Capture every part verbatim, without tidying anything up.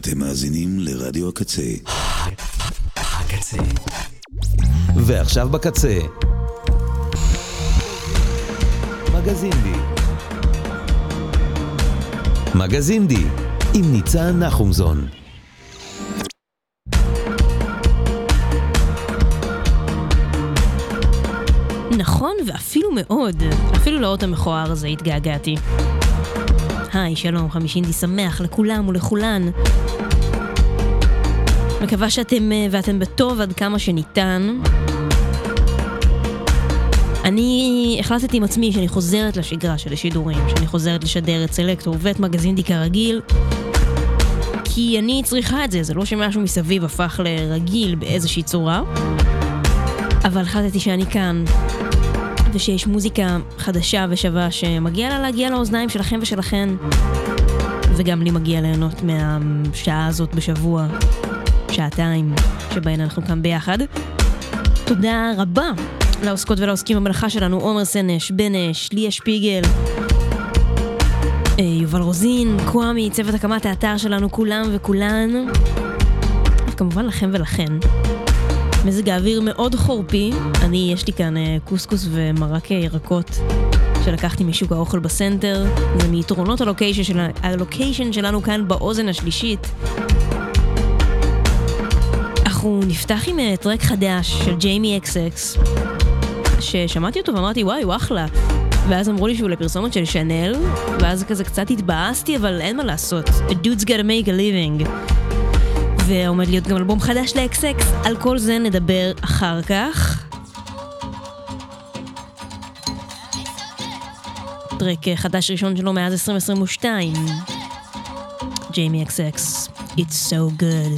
אתם מאזינים לרדיו הקצה. הקצה. ועכשיו בקצה. מגזין די. מגזין די עם ניצן נחומזון. נכון, ואפילו מאוד. אפילו לאות המכוער הזה התגעגעתי. היי, שלום, חמישינדי שמח לכולם ולכולן. מקווה שאתם ואתם בטוב עד כמה שניתן. אני החלטתי עם עצמי שאני חוזרת לשגרה של השידורים, שאני חוזרת לשדר את סלקטור ואת מגזין די כרגיל, כי אני צריכה את זה, זה לא שמשהו מסביב הפך לרגיל באיזושהי צורה, אבל החלטתי שאני כאן, ושיש מוזיקה חדשה ושווה שמגיע לה להגיע לאוזניים שלכם ושלכן, וגם לי מגיע ליהנות מהשעה הזאת בשבוע, שעתיים שבהן אנחנו כאן ביחד. תודה רבה לעוסקות ולעוסקים במלאכה שלנו, עומר סנש, בנש, ליה שפיגל, יובל רוזין, קוואמי, צוות הקמת האתר שלנו, כולם וכולן, וכמובן לכם ולכן. מזג האוויר מאוד חורפי, אני יש לי כאן קוסקוס ומרק ירקות שלקחתי משוק האוכל בסנטר, זה מיתרונות הלוקיישן, של... הלוקיישן שלנו כאן באוזן השלישית. אנחנו נפתח עם טרק חדש של ג'יימי אקס אקס, ששמעתי אותו ואמרתי וואי הוא אחלה, ואז אמרו לי שהוא לפרסומת של שנל, ואז כזה קצת התבאסתי, אבל אין מה לעשות, a dude's gotta make a living, ועומד להיות גם אלבום חדש ל-אקס אקס, על כל זה נדבר אחר כך. טרק חדש ראשון שלו מאז עשרים עשרים ושתיים, ג'יימי אקס אקס, It's So Good.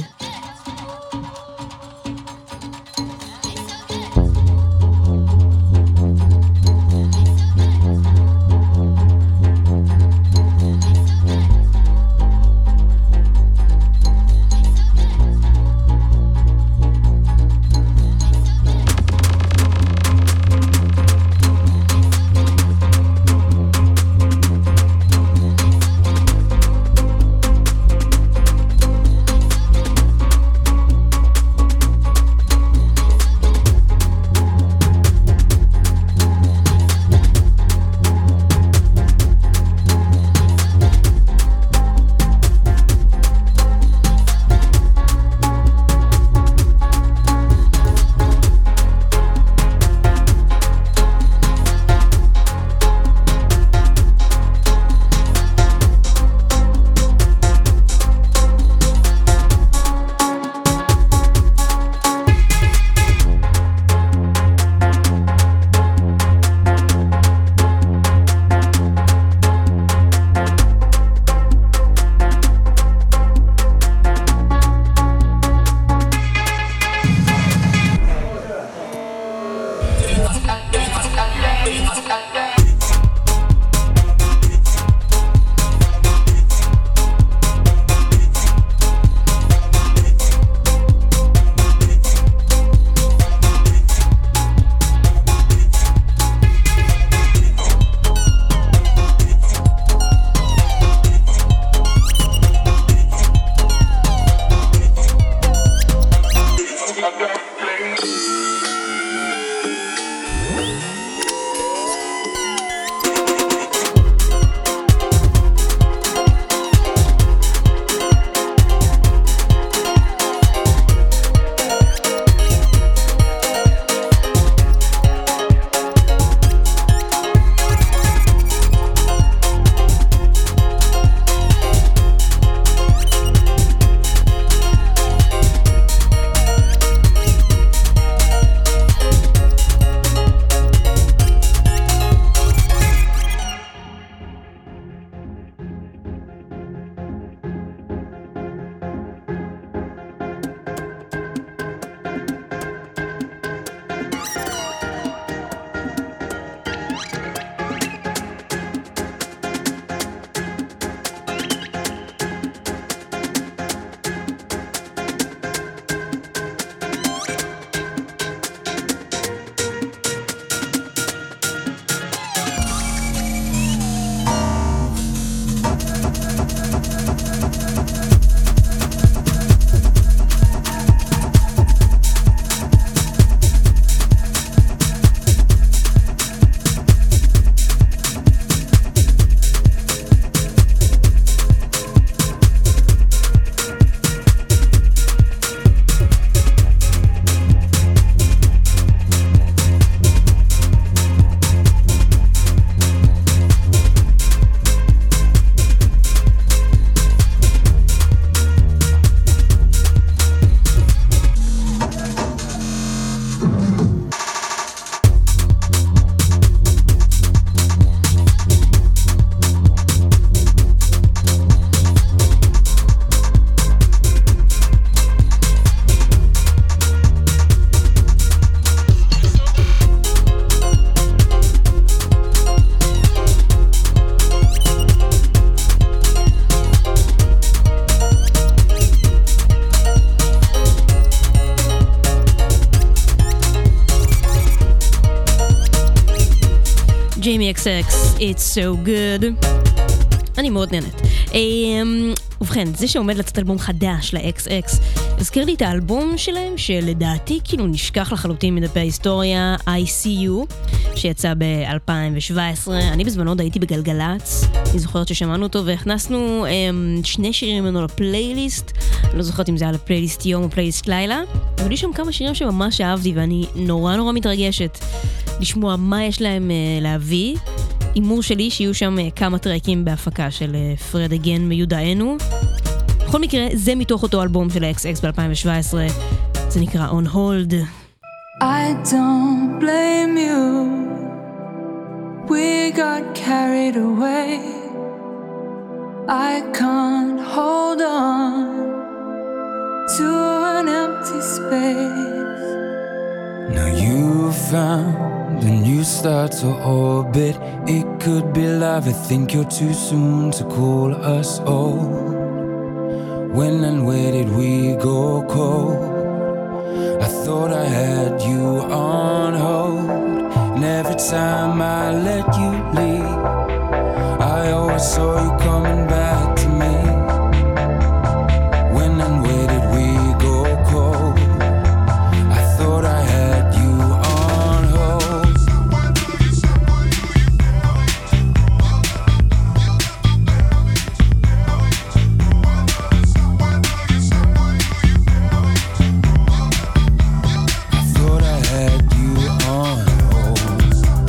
ג'יימי אקס אקס, It's so good. אני מאוד נהנית. ובכן, זה שעומד לצאת אלבום חדש ל-אקס אקס, הזכיר לי את האלבום שלהם, שלדעתי כאילו נשכח לחלוטין מדפי ההיסטוריה, I See You, שיצא ב-אלפיים שבע עשרה. אני בזמנו עוד הייתי בגלגלץ, אני זוכרת ששמענו אותו, והכנסנו um, שני שירים ממנו לפלייליסט, אני לא זוכרת אם זה היה לפלייליסט יום או פלייליסט לילה, אבל יש שם כמה שירים שממש אהבתי, ואני נורא נורא מתרגשת לשמוע מה יש להם uh, להביא. אימור שלי שיהיו שם כמה טרקים בהפקה של פרד אגן מיודענו. בכל מקרה, זה מתוך אותו אלבום של ה-אקס אקס ב-אלפיים שבע עשרה. זה נקרא On Hold. I don't blame you. We got carried away. I can't hold on to an empty space. Now you found a new start to orbit. It could be love. I think you're too soon to call us old. When and where did we go cold? I thought I had you on hold, and every time I let you leave, I always saw you coming back to me. When and where did we go cold? I thought I had you on hold. I thought I had you on hold.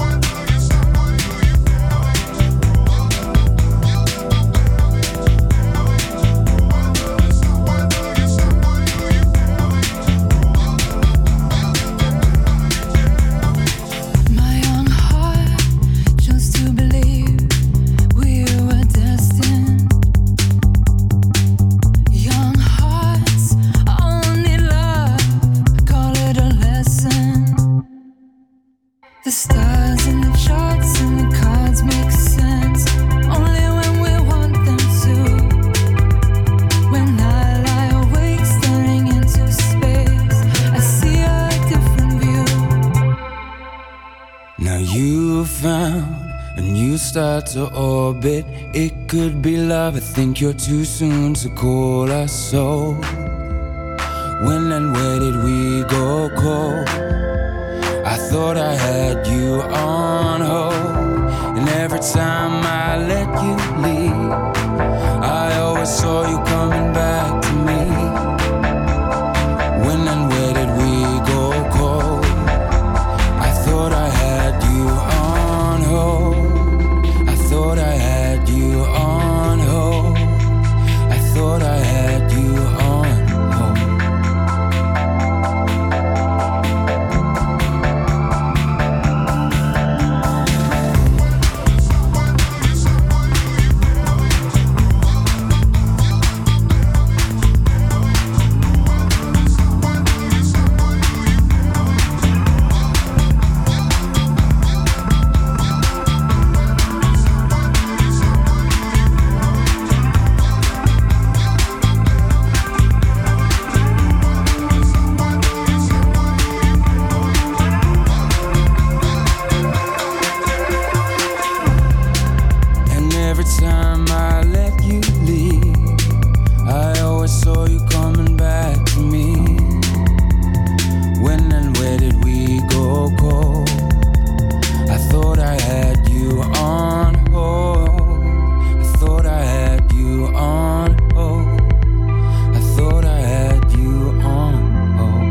My young heart chose to believe we were destined. Young hearts only love, call it a lesson. The stars and the charts and the cards make sense only when we want them to. When I lie awake staring into space, I see a different view. Now you found a new star to orbit. It could be love. I think you're too soon to call us so. When and where did we go cold? I thought I had you on hold, and every time I let you leave, I always saw you coming back to me. When and where did we go cold? I thought I had you on hold. I thought I had you on hold. I thought I had you on hold. And every time I let you leave, I always saw you coming back to me. When and where did we go cold? I thought I had you on hold. I thought I had you on hold. I thought I had you on hold.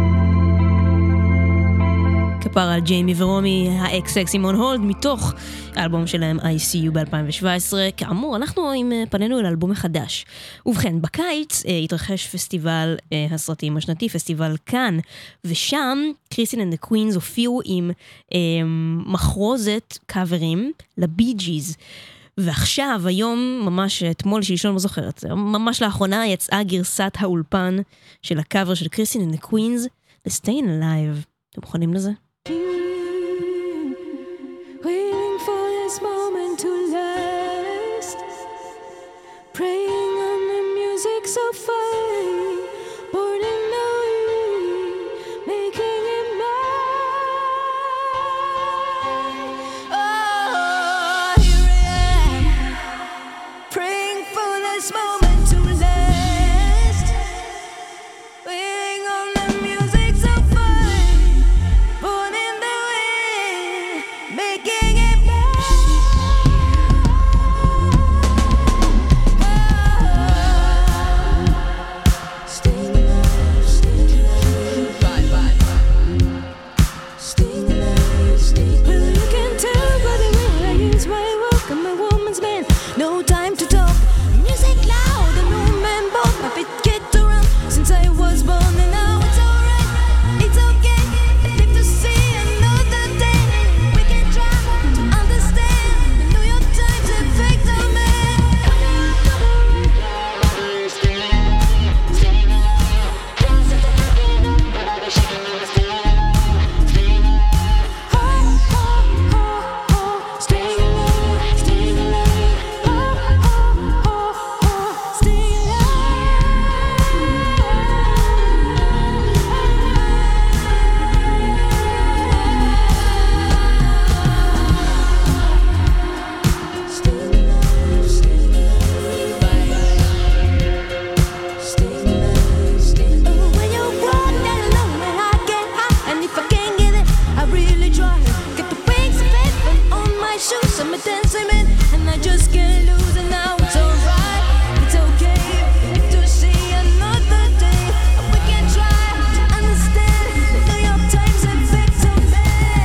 כפר על ג'יימי ורומי, ה-אקס אקס עם On Hold, מתוך האלבום שלהם I See You ב-אלפיים שבע עשרה. כאמור, אנחנו עם פנינו אל אלבום החדש. ובכן, בקיץ אה, התרחש פסטיבל אה, הסרטים השנתי, פסטיבל כאן, ושם קריסטין אנד דה קווינס הופיעו עם אה, מחרוזת קאברים לבי ג'יז. ועכשיו, היום, ממש אתמול, שלשון לא זוכרת, ממש לאחרונה יצאה גרסת האולפן של הקאבר של קריסטין אנד דה קווינס, ל-Stayin' Alive. אתם מוכנים לזה? Waiting for this moment to last, praying on the music so fine, born in the wind, making it mine. Oh, this moment to last. Waiting on the music so fine, born in the wind, making it move. Stay alive, stay alive, bye bye. Stay alive, stay alive. Well, you can tell by the way I use my work. I'm a woman's man, no time to talk. Music loud and no man bought my feet get around since I was born, and now it's alright, it's okay. Live to see another day. We can try to understand the New York Times effect on me. Oh, oh, oh, oh, stay alive, stay alive. Oh, oh, oh, oh, stay When you walk down alone and I get high, and if I can't get it, I really try. Get the wings of heaven on my shoes, I'm a dancing man, and I just can't lose. And now it's alright, it's okay. If to see another day, we can try to understand the New York Times effect on me.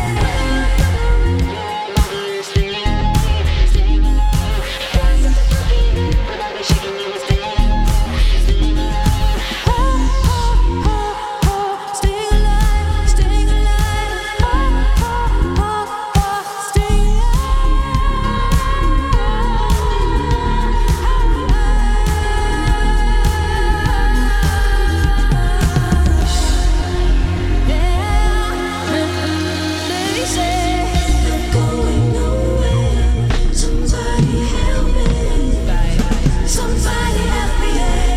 Oh, oh, oh, oh, stay alive, stay alive. Oh, oh, oh, oh, stay alive. Yeah, they say I'm going nowhere. Somebody help me. Somebody help me.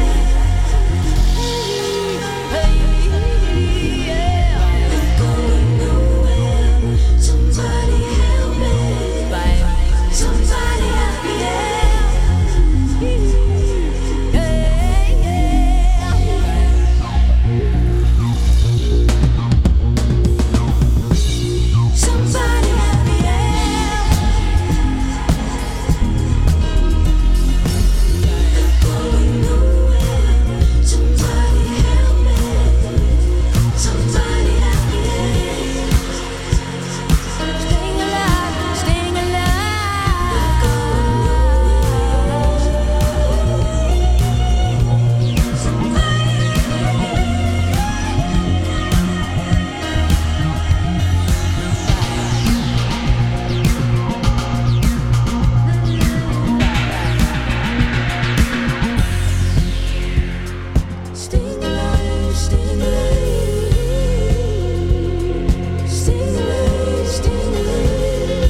Hey, yeah. I'm going nowhere. Somebody help me. Somebody help me. Hey, yeah. Somebody help me. Going nowhere. Somebody help me. Somebody help me. Staying alive, staying Staying alive, staying alive. Staying alive, staying alive.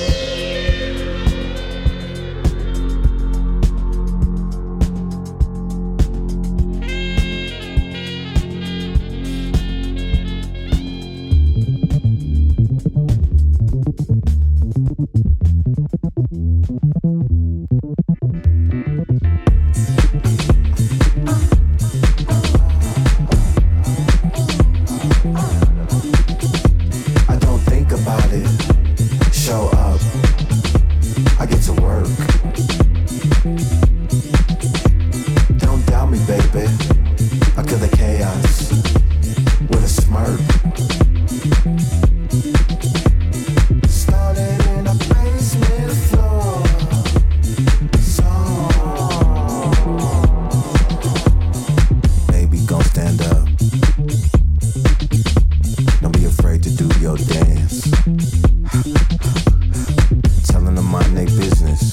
I don't think about it. Show up. I get to work. Don't doubt me, baby. I kill the chaos with a smirk. Started in a basement floor. Song. Baby, gon' stand up. Don't be afraid to do your dance. Telling them my neck business.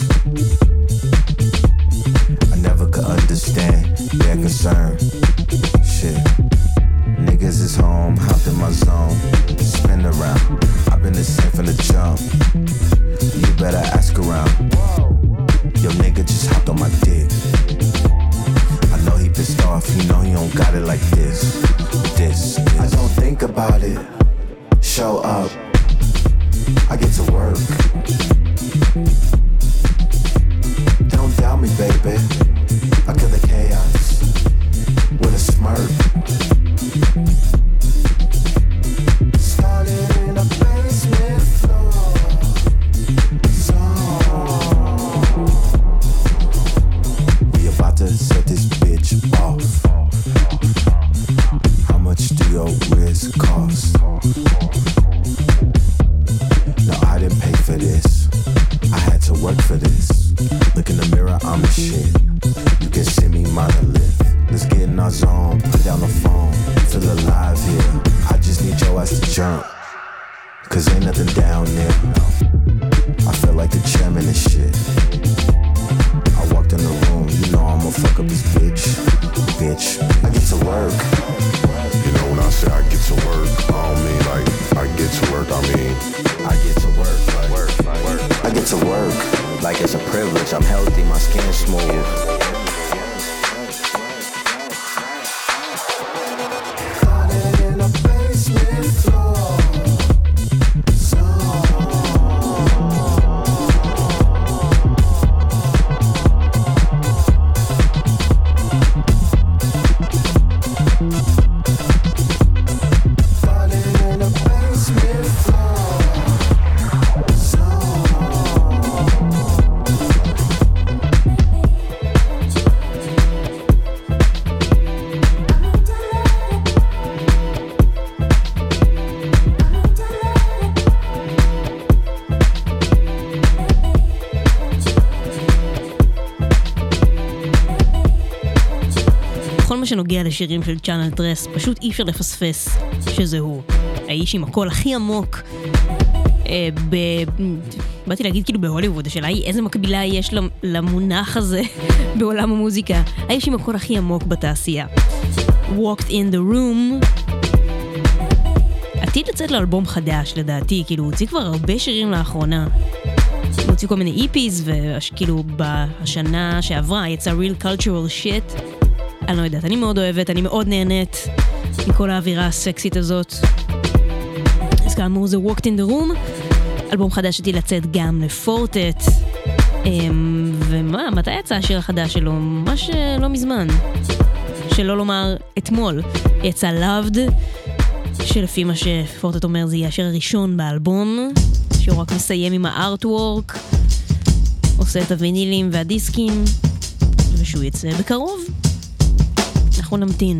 I never could understand their concern. Shit. Niggas is home, hopped in my zone. Spin around. I've been the same from the jump. You better ask around. Yo, nigga just hopped on my dick. I know he pissed off, you know he don't got it like this. This, this. I don't think about it. Show up. I get to work. Don't doubt me, baby. to set this bitch off. How much do your wrist cost? No, I didn't pay for this. I had to work for this. Look in the mirror, I'm the shit. You can see me monolith. Let's get in our zone, put down the phone. Feel alive here. I just need your ass to jump. Cause ain't nothing down there. I feel like the chairman and shit. I walked in the room, you know I'ma fuck up this bitch. Bitch, I get to work. You know when I say I get to work, I don't mean like I get to work, I mean I get to work, like, work, like, work. I get to work, like it's a privilege. I'm healthy, my skin smooth. שנוגע לשירים של צ'אנל טרס, פשוט אי אפשר לפספס שזה הוא. האיש עם הקול הכי עמוק. אה, ב... באתי להגיד כאילו בהוליווד, השאלה היא איזה מקבילה יש למונח הזה בעולם המוזיקה. האיש עם הקול הכי עמוק בתעשייה. Walked in the Room. עתיד לצאת לאלבום חדש לדעתי, כאילו הוא הוציא כבר הרבה שירים לאחרונה. הוא הוציא כל מיני איפיז, וכאילו בשנה שעברה יצא Real Cultural Shit. אני לא יודעת, אני מאוד אוהבת, אני מאוד נהנית מכל האווירה הסקסית הזאת. אז כאמור זה Walked in the Room, אלבום חדש שתי לצאת גם לפורטט. ומה, מתי יצא השיר החדש שלו? ממש לא מזמן. שלא לומר אתמול. יצא Loved, שלפי מה שפורטט אומר זה יהיה השיר הראשון באלבום, שהוא רק מסיים עם הארטוורק, עושה את הווינילים והדיסקים, ושהוא יצא בקרוב. אנחנו נמתין.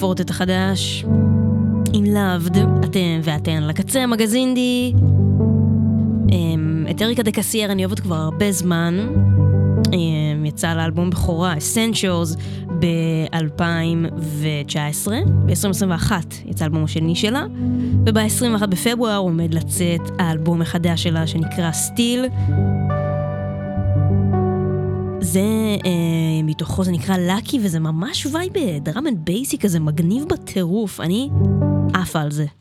פורטט החדש, עם Loved, אתם ואתן לקצה, המגזין די. את אריקה דה קסייר אני אוהבת כבר הרבה זמן. יצא לאלבום בכורה Essentials ב-אלפיים תשע עשרה, ב-עשרים עשרים ואחת יצא האלבום השני שלה, וב-עשרים ואחד בפברואר עומד לצאת האלבום החדש שלה שנקרא Still. זה אה, מתוכו זה נקרא Lucky, וזה ממש וייב דראם אנד בייסי כזה מגניב בטירוף. אני עפה על זה.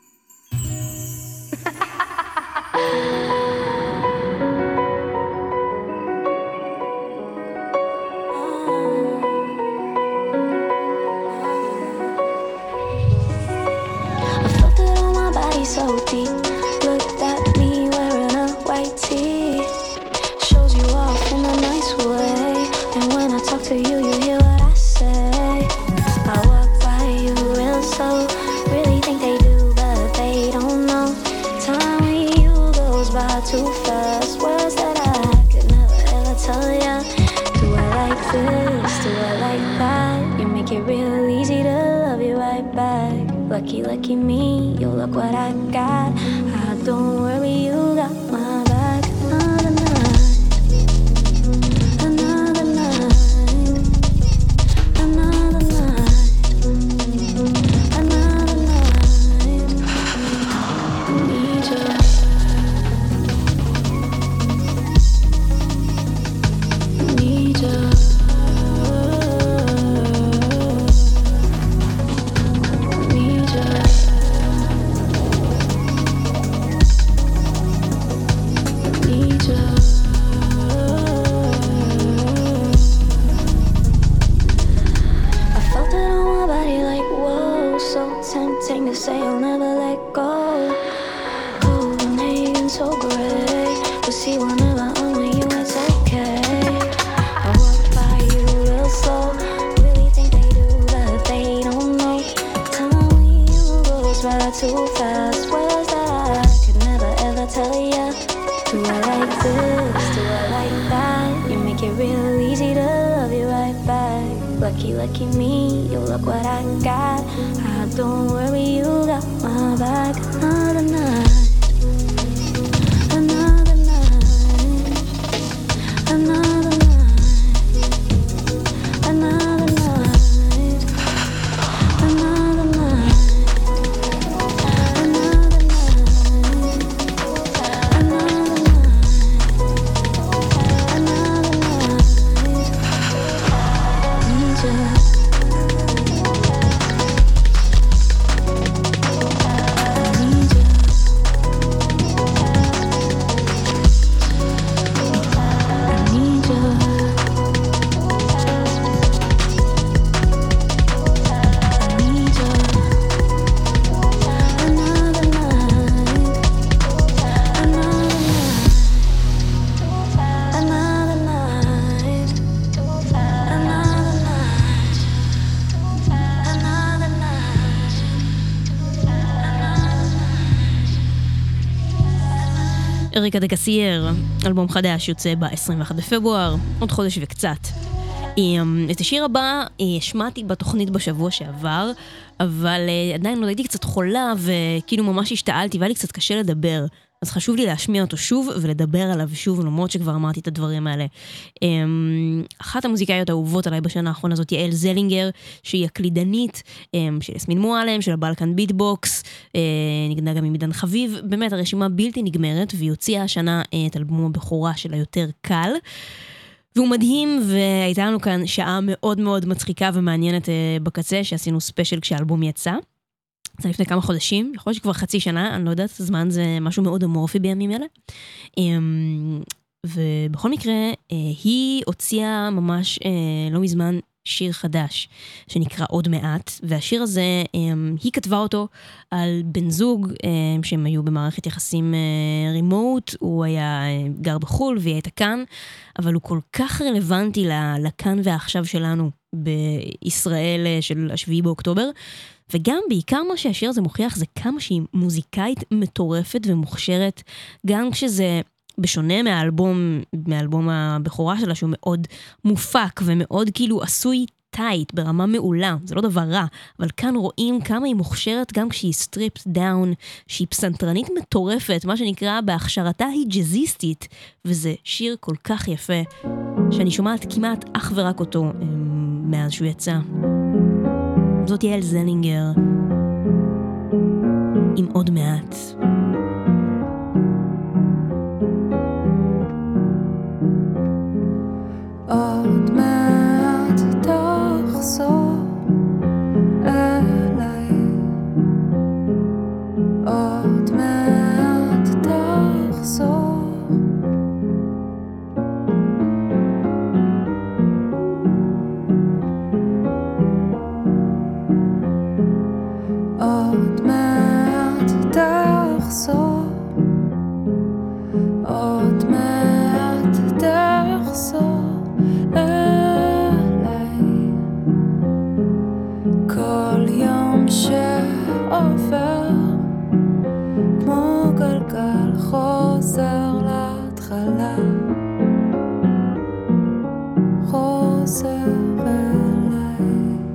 So deep, looked at me wearing a white tee. Shows you off in a nice way. And when I talk to you, you hear what I say. I walk by you real slow. Really think they do, but they don't know. Time with you goes by too fast. Words that I could never ever tell ya. Do I like this? Do I like that? You make it real easy to love you right back. Lucky, lucky me, you look what I got. I don't worry, you got my back. Another night, another night, another night, another night. I need you. I need you. Say I'll never let go. Copenhagen so great, but see whenever I'm with you it's okay. I walk by you real slow, really think they do, but they don't know. Time with you goes by too fast. Words that I could never ever tell ya. Do I like this? Do I like that? You make it real easy to love you right back. Lucky, lucky me, you look what I got. Don't worry, you got my back. Another night, another night, another night, another night, another night, another night, another night, another night. Need you. אריקה דה קסייר, אלבום חדש יוצא ב-עשרים ואחד בפברואר, עוד חודש וקצת. את השיר הבא השמעתי בתוכנית בשבוע שעבר, אבל עדיין לא הייתי קצת חולה וכאילו ממש השתעלתי והיה לי קצת קשה לדבר. אז חשוב לי להשמיע אותו שוב ולדבר עליו שוב, למרות שכבר אמרתי את הדברים האלה. אחת המוזיקאיות האהובות עליי בשנה האחרונה זאת יעל זלינגר, שהיא הקלידנית של יסמין מועלם, של הבלקן ביטבוקס, נגנה גם עם עידן חביב, באמת הרשימה בלתי נגמרת, והיא הוציאה השנה את אלבום הבכורה שלה יותר קל, והוא מדהים, והייתה לנו כאן שעה מאוד מאוד מצחיקה ומעניינת בקצה, שעשינו ספיישל כשהאלבום יצא. זה לפני כמה חודשים, יכול להיות שכבר חצי שנה, אני לא יודעת, הזמן זה משהו מאוד אמורפי בימים אלה. ובכל מקרה, היא הוציאה ממש לא מזמן שיר חדש, שנקרא עוד מעט, והשיר הזה, היא כתבה אותו על בן זוג, שהם היו במערכת יחסים רימוט, הוא היה גר בחול והיא הייתה כאן, אבל הוא כל כך רלוונטי לכאן והעכשיו שלנו, בישראל של השביעי באוקטובר, וגם בעיקר מה שהשיר הזה מוכיח זה כמה שהיא מוזיקאית מטורפת ומוכשרת, גם כשזה בשונה מהאלבום, מהאלבום הבכורה שלה שהוא מאוד מופק ומאוד כאילו עשוי טייט, ברמה מעולה, זה לא דבר רע, אבל כאן רואים כמה היא מוכשרת גם כשהיא סטריפט דאון, שהיא פסנתרנית מטורפת, מה שנקרא בהכשרתה היא ג'זיסטית, וזה שיר כל כך יפה, שאני שומעת כמעט אך ורק אותו מאז שהוא יצא. זאת יעל זנינגר, עם עוד מעט. עוד מעט תחזור אליי, עוד מעט תחזור, עוד מעט תחזור, עוד מעט תחזור אליי. כל יום שעובר כמו גלגל חוזר להתחלה, חוזר אליי.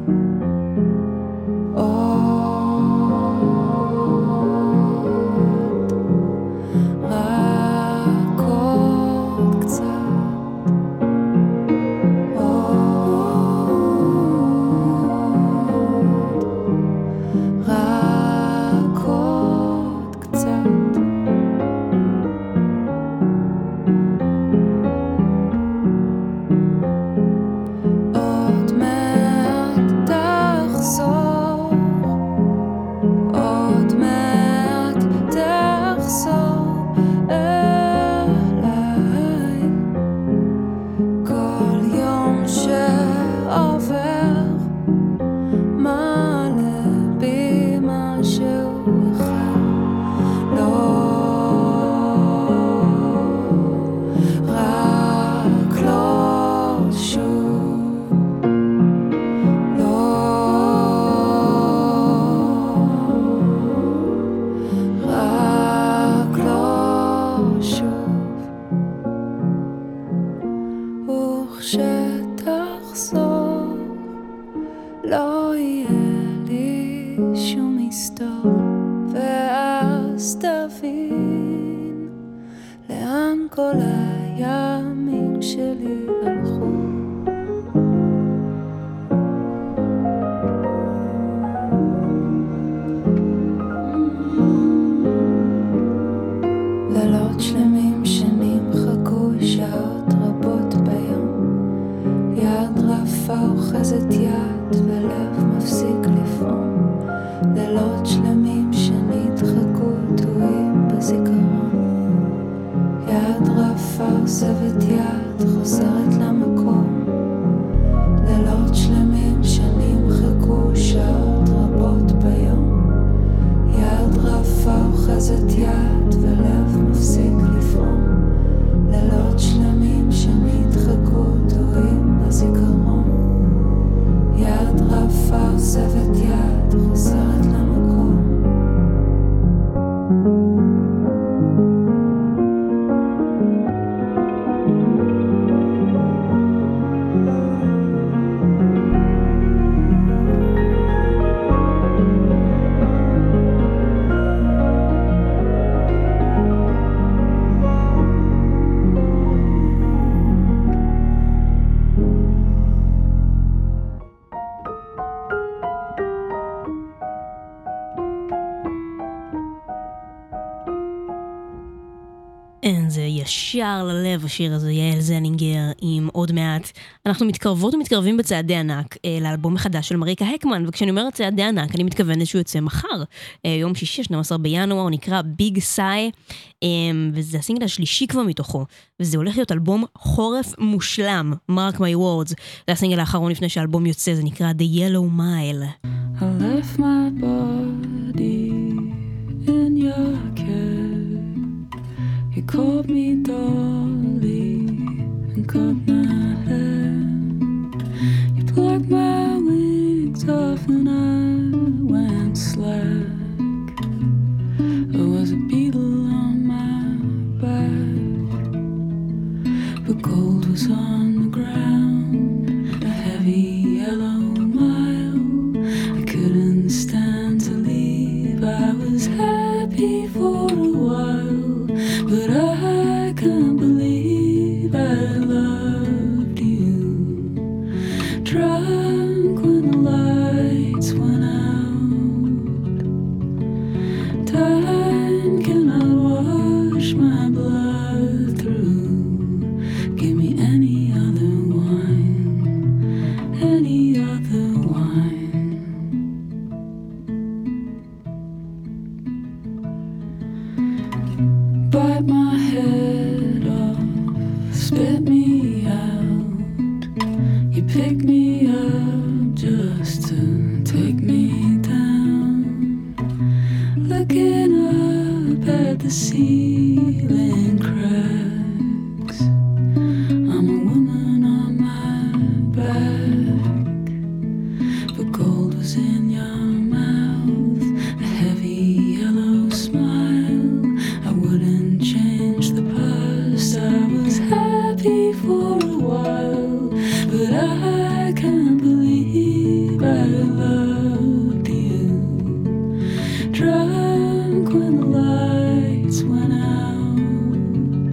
עוד רק עוד קצת, זה ישר ללב השיר הזה, יעל זנינגר עם עוד מעט. אנחנו מתקרבות ומתקרבים בצעדי ענק לאלבום החדש של מריקה הקמן, וכשאני אומרת צעדי ענק אני מתכוונת שהוא יוצא מחר, יום שישי שנים עשר בינואר, הוא נקרא ביג סאי, וזה הסינגל השלישי כבר מתוכו, וזה הולך להיות אלבום חורף מושלם, mark my words. זה הסינגל האחרון לפני שהאלבום יוצא, זה נקרא The Yellow Mile. I left my body in your care. You called me dolly and cut my hair. You plucked my wings off and I went slack. There was a beetle on my back, but gold was on the ground, a heavy yellow but I can't believe I loved you. Drunk when the lights went out. Time cannot wash my blood through. Give me any other wine, any other wine. Bite my head off, spit me out. You pick me up just to take me down. Looking up at the ceiling cracks. I'm a woman on my back. The gold was in your mouth, a heavy yellow smile. I wouldn't change the past. I was happy for a while, but I can't believe I loved you. Drunk when the lights went out.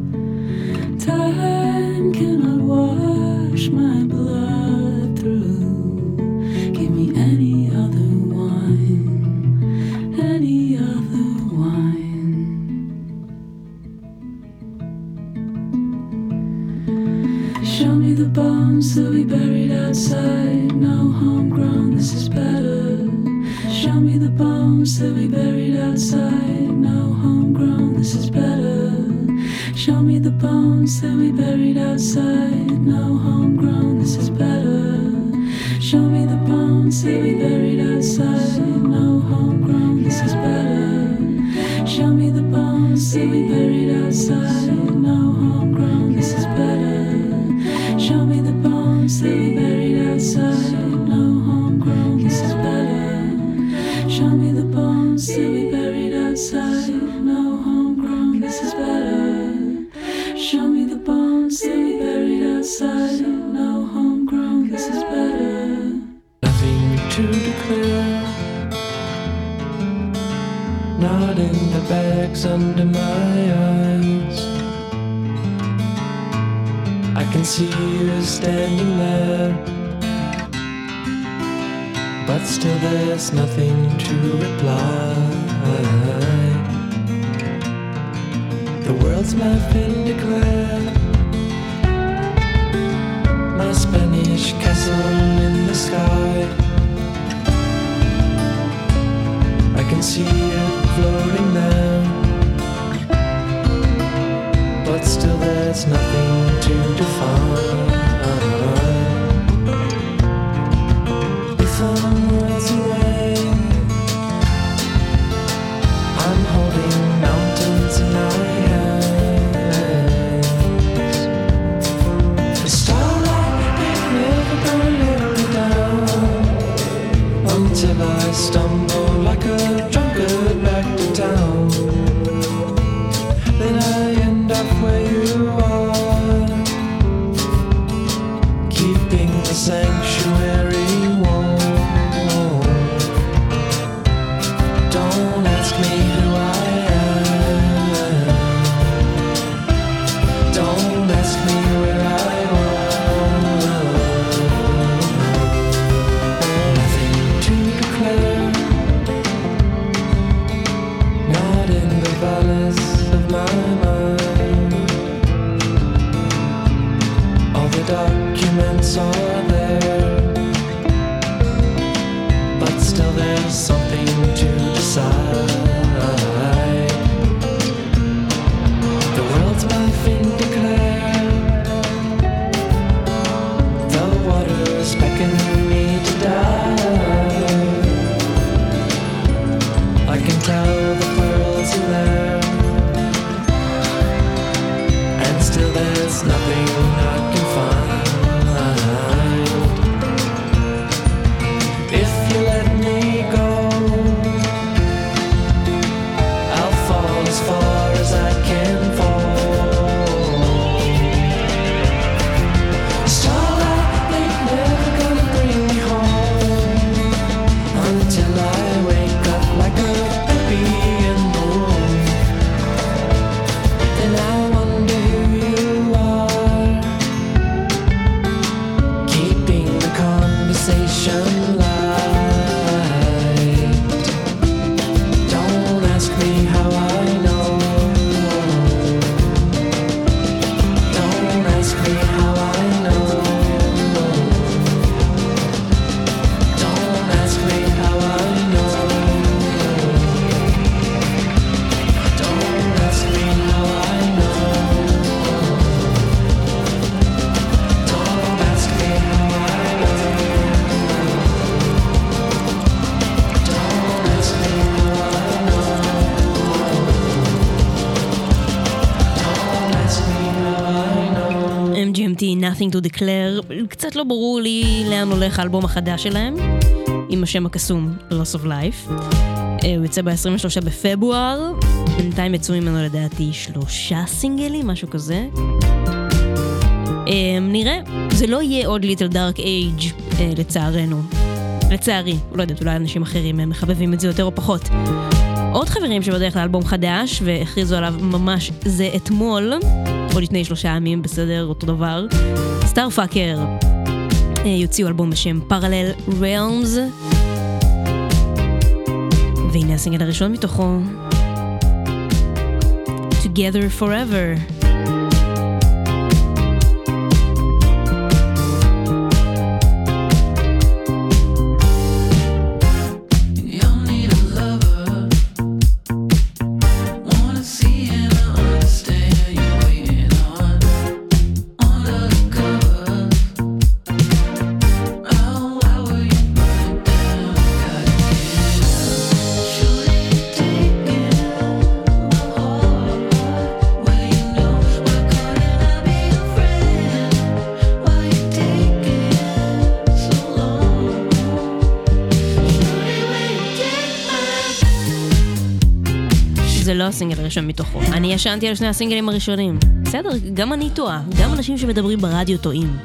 Time cannot wash my blood through. Give me any other wine, any other wine. Show me the bombs that we buried outside. No homegrown, this is better. Show me the bombs that we buried outside. No homegrown, this is better. Show me the bones that we buried outside. No homegrown, this is better. Show me the bones that we buried outside. No homegrown, this is better. Show me the bones that we buried outside. No homegrown, this is better. Show me the bones that we buried outside. No homegrown, this is better. Show me the bones that we buried outside. No homegrown, this is better. Show me the bones that we buried outside. No homegrown, this is better. Nothing to declare. Not in the bags under my eyes. I can see you standing there, but still there's nothing to reply. The world's my Findeclare, my Spanish castle in the sky. I can see it floating there, but still there's nothing to define. If I'm worlds away, I'm holding mountains in my hands. The starlight ain't never gonna let me down until I stumble like a drunkard back to town. Then I end up where you are, keeping the sanctuary warm. Don't ask me who I am. Don't ask me where I was. Nothing to declare. Not in the valleys of my mind. All the documents are there, but still there's something to decide. The world's my Findeclare. The water's beckoning me to die. I can tell the pearls in there, and still there's nothing I can find. If you let me go, I'll fall as far as I can fall. Starlight ain't never gonna bring me home until I wake up like a baby in the womb. סיימתי Nothing to Declare, קצת לא ברור לי לאן הולך האלבום החדש שלהם, עם השם הקסום Loss of Life. הוא יצא ב-עשרים ושלושה בפברואר, בינתיים יצאו ממנו לדעתי שלושה סינגלים, משהו כזה. נראה, זה לא יהיה עוד Little Dark Age, לצערנו. לצערי, לא יודעת, אולי אנשים אחרים מחבבים את זה יותר או פחות. עוד חברים שבדרך לאלבום חדש, והכריזו עליו ממש זה אתמול, או לפני שלושה ימים, בסדר, אותו דבר. סטארפאקר יוציאו אלבום בשם Parallel Realms, והנה הסינגל הראשון מתוכו, Together Forever. זה לא הסינגל הראשון מתוכו. אני ישנתי על שני הסינגלים הראשונים. בסדר, גם אני טועה. גם אנשים שמדברים ברדיו טועים.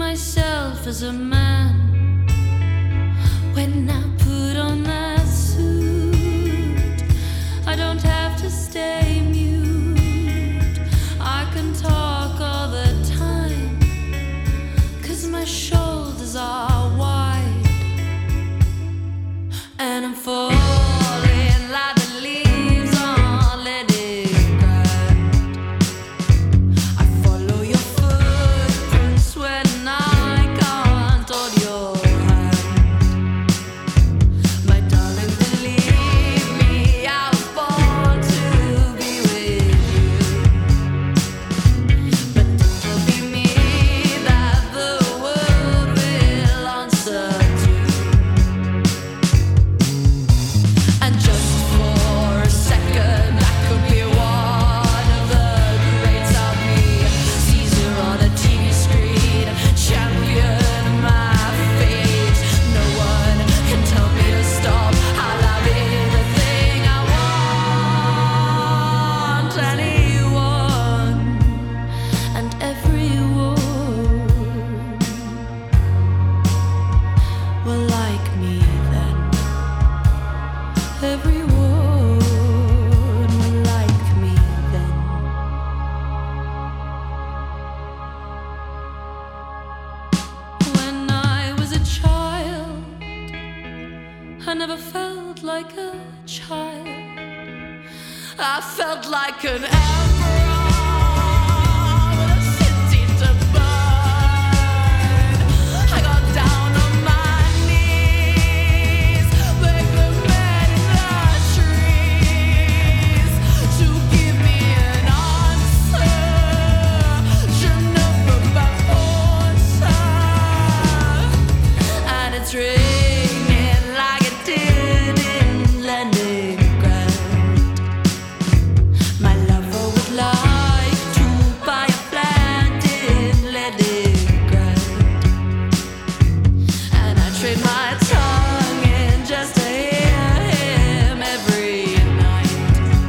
myself as a man when I put on that suit. I don't have to stay mute. I can talk all the time, 'cause my shoulders are wide and I'm falling like the leaves on letting grind. I follow your footprints when I can't hold your hand. My darling, believe me, I was born to be with you. But it'll be me that the world will answer to. And just for a second, I could be one of the greats. I'll be Caesar on a T V screen, champion of my fate. No one can tell me to stop. I'll have anything I want. Anyone and everyone will like me then. Everyone will like me then. When I was a child, I never felt like a child. I felt like an emperor with a city to burn. I got down on my knees, begged the man in the trees to give me an answer. Je ne peux pas penser. And it's raining like it did in Leningrad. My lover would like to buy a flat in Leningrad, and I trade my tongue in just to hear him every night,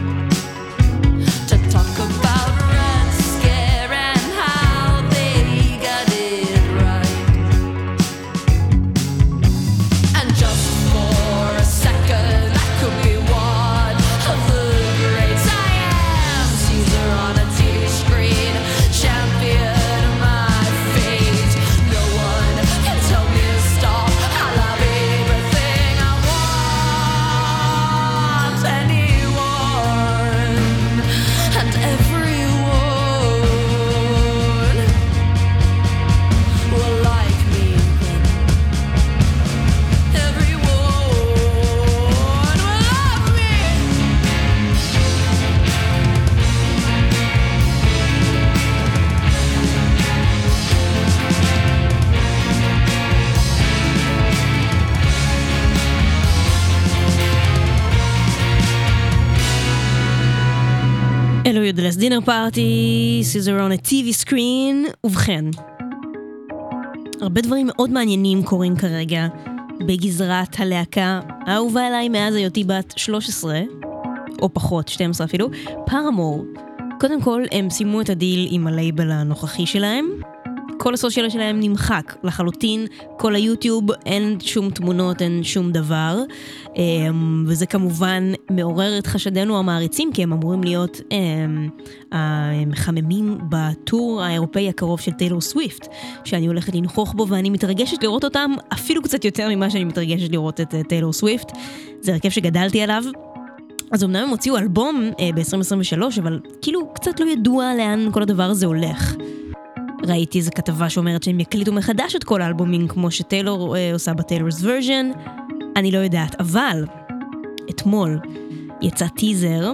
to talk about Red Scare and how they got it right. And just for a second, I could be one of the greats. I am Caesar on a T V screen, champion of my fate. No one can tell me to stop. I'll have everything I want. Anyone and everyone will like me then. Everyone will love me. אלו יודלס דינר פארטי, סיזר on a טי וי screen. ובכן, הרבה דברים מאוד מעניינים קורים כרגע בגזרת הלהקה האהובה עליי מאז היותי בת שלוש עשרה, או פחות, שתים עשרה אפילו, פארמור. קודם כל, הם סיימו את הדיל עם הלייבל הנוכחי שלהם. כל הסושיאל שלהם נמחק לחלוטין, כל היוטיוב, אין שום תמונות, אין שום דבר, וזה כמובן מעורר את חשדנו המעריצים, כי הם אמורים להיות המחממים בטור האירופאי הקרוב של טיילור סוויפט, שאני הולכת לנכוח בו, ואני מתרגשת לראות אותם אפילו קצת יותר ממה שאני מתרגשת לראות את טיילור סוויפט. זה הרכב שגדלתי עליו. אז אמנם הם הוציאו אלבום ב-עשרים עשרים ושלוש, אבל כאילו קצת לא ידוע לאן כל הדבר הזה הולך. ראיתי איזו כתבה שאומרת שהם יקליטו מחדש את כל האלבומים כמו שטיילור אה, עושה בטיילור's version. אני לא יודעת, אבל אתמול יצא טיזר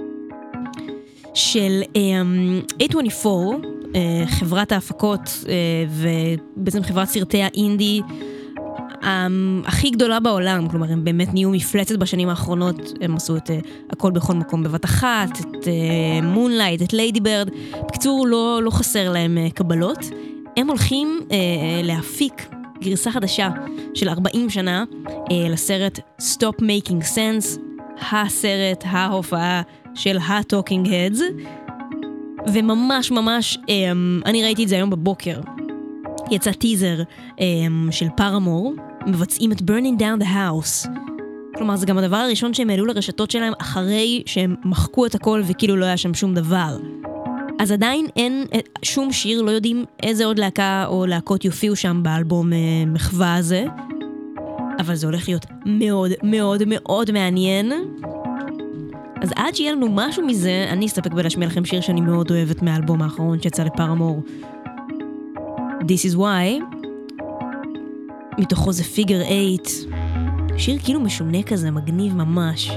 של אה, איי טווינטי פור, אה, חברת ההפקות אה, ובעצם חברת סרטי האינדי הכי גדולה בעולם, כלומר הם באמת נהיו מפלצת בשנים האחרונות, הם עשו את uh, הכל בכל מקום בבת אחת, את מונלייט, uh, את ליידי ברד, בקצור לא, לא חסר להם uh, קבלות. הם הולכים uh, להפיק גרסה חדשה של ארבעים שנה uh, לסרט Stop Making Sense, הסרט, ההופעה של ה-Talking Heads, וממש ממש, um, אני ראיתי את זה היום בבוקר, יצא טיזר של פארמור, מבצעים את Burning Down the House. כלומר, זה גם הדבר הראשון שהם העלו לרשתות שלהם אחרי שהם מחקו את הכל וכאילו לא היה שם שום דבר. אז עדיין אין שום שיר, לא יודעים איזה עוד להקה או להקות יופיעו שם באלבום מחווה הזה. אבל זה הולך להיות מאוד מאוד מאוד מעניין. אז עד שיהיה לנו משהו מזה, אני אסתפק בלהשמיע לכם שיר שאני מאוד אוהבת מהאלבום האחרון שיצא לפארמור. This is why. מתוכו זה פיגר אייט. שיר כאילו משונה כזה, מגניב ממש.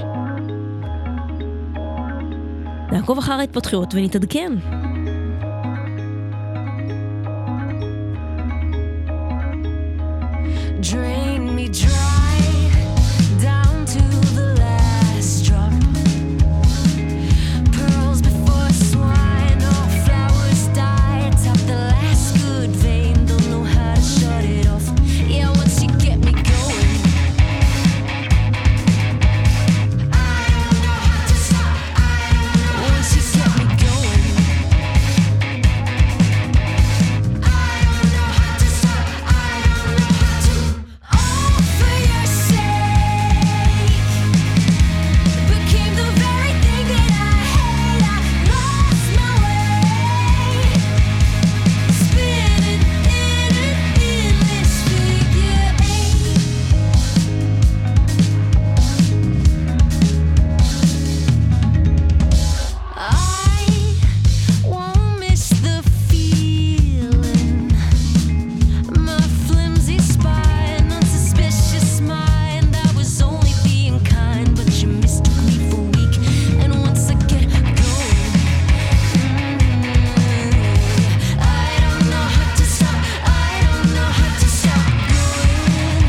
נעקוב אחר ההתפתחויות ונתעדכן. Drain me dry down to the last drop. Pearls before swine, all flowers die. Tap the last good vein, don't know how to shut it off. Yeah, once you get me going, I don't know how to stop. I don't know. Once you get me going, I don't know how to stop. I don't know how to. All for your sake became the very thing that I hate. I lost my way, spinning in an endless figure eight. I won't miss the feeling. My flimsy spine, unsuspicious mind. I was only being kind, but you mistook me for weak. And once I get going, I don't know how to stop. I don't know how to stop going.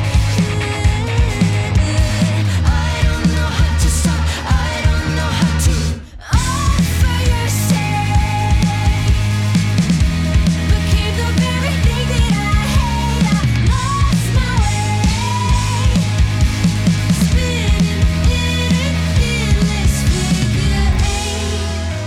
I don't know how to stop. I don't know how to. All for your sake became the very thing that I hate. I lost my way, spinning in an endless figure eight.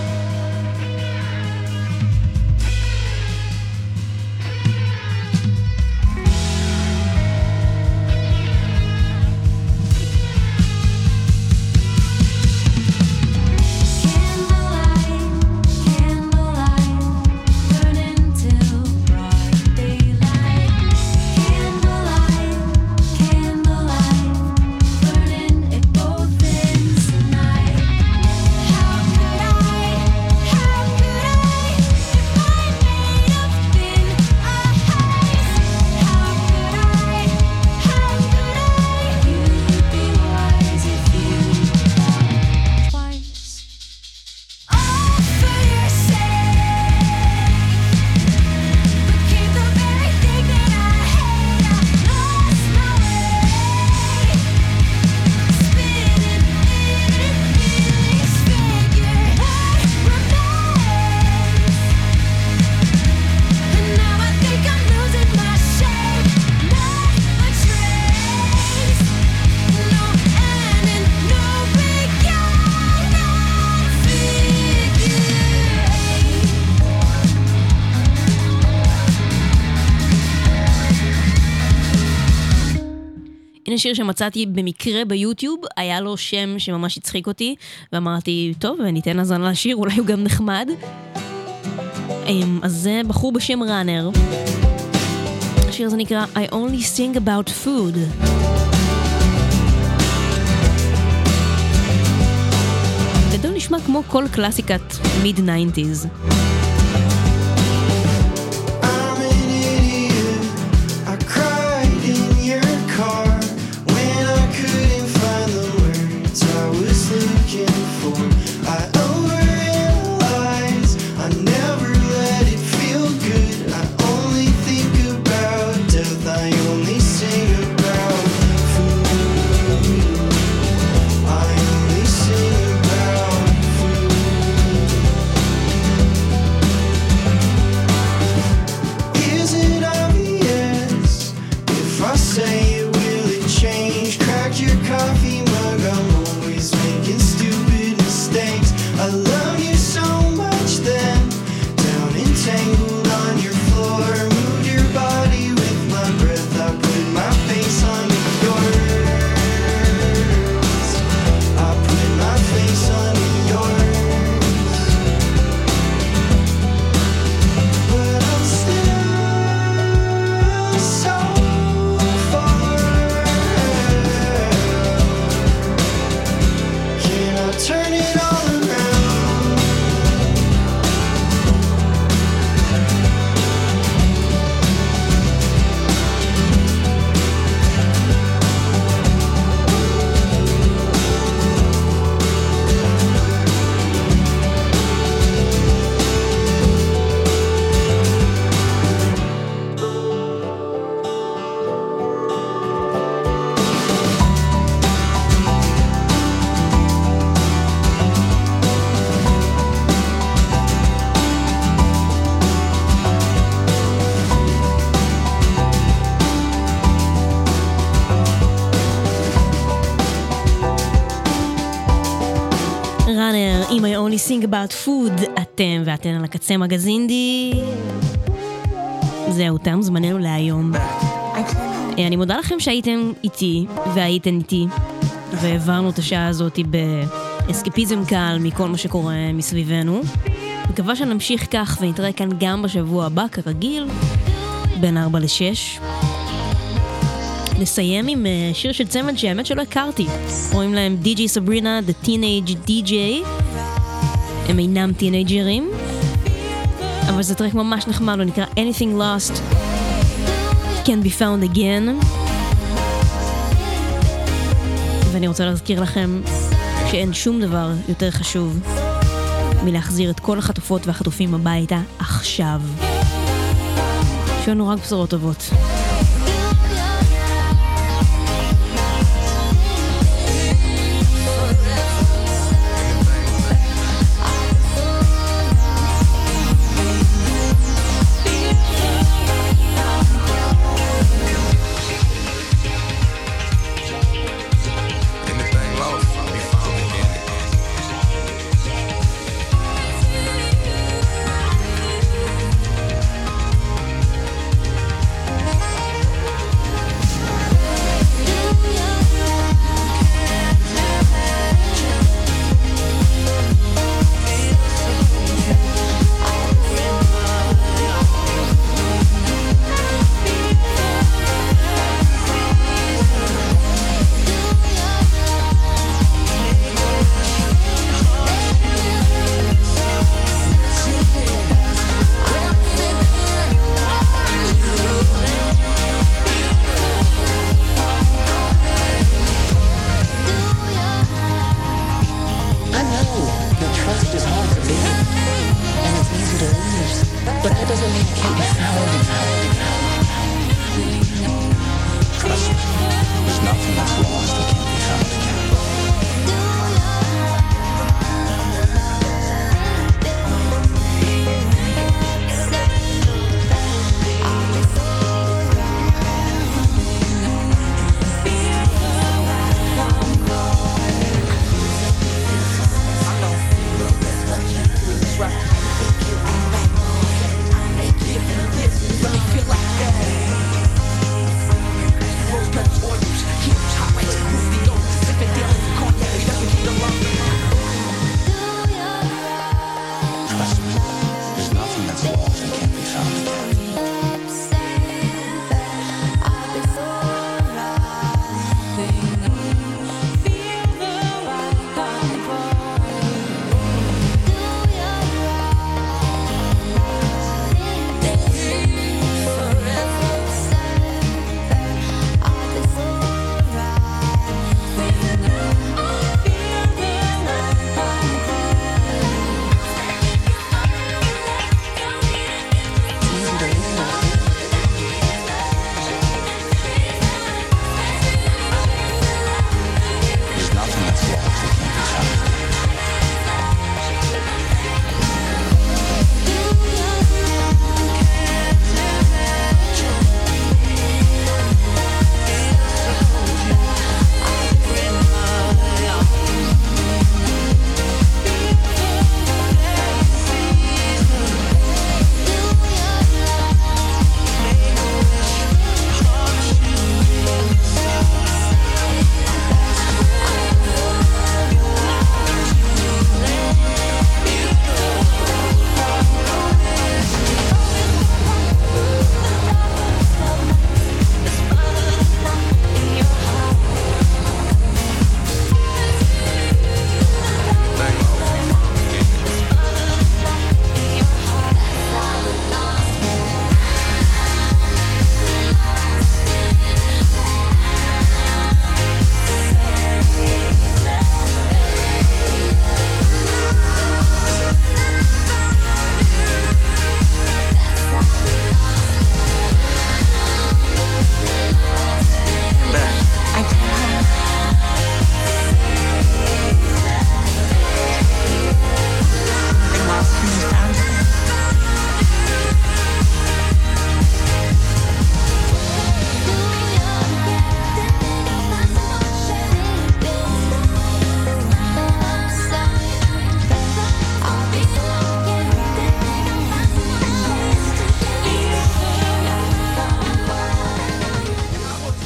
Candlelight, candlelight, burning till broad daylight. Candlelight, candlelight, burning at both ends tonight. How could I, how could I, if I made of thin ice? How could I, how could I? You'd be wise if you thought twice. All for your sake became the very thing that I hate. I lost my way, spinning in an endless figure eight remains. And now I think I'm losing my shape, not a trace. No end and no beginning, figure eight. הנה שיר שמצאתי במקרה ביוטיוב, היה לו שם שממש הצחיק אותי, ואמרתי, טוב, ניתן הזנה לשיר, אולי הוא גם נחמד. אמ, אז זה בחור בשם ראנר. השיר הזה נקרא I only sing about food. גדול נשמע כמו כל קלאסיקת מיד ניינטיז. I'm an idiot. I cried in your car when I couldn't find the words I was looking for. I overanalyze. I never let it feel good. I only think about death. I only sing about food. I only sing about food. אם I only sing about food, אתם ואתן על הקצה מגזינדי. זהו, תם זמננו להיום. אני מודה לכם שהייתם איתי והייתן איתי, והעברנו את השעה הזאת באסקפיזם קל מכל מה שקורה מסביבנו. מקווה שנמשיך כך ונתראה כאן גם בשבוע הבא כרגיל, בין ארבע לשש. נסיים עם שיר של צמד שהאמת שלא הכרתי. רואים להם די ג'יי סברינה, The Teenage די ג'יי. הם אינם טינג'רים, אבל זה טרק ממש נחמד, הוא נקרא Anything Lost Can Be Found Again. ואני רוצה להזכיר לכם שאין שום דבר יותר חשוב מלהחזיר את כל החטופות והחטופים הביתה עכשיו. שיהיו לנו רק בשורות טובות.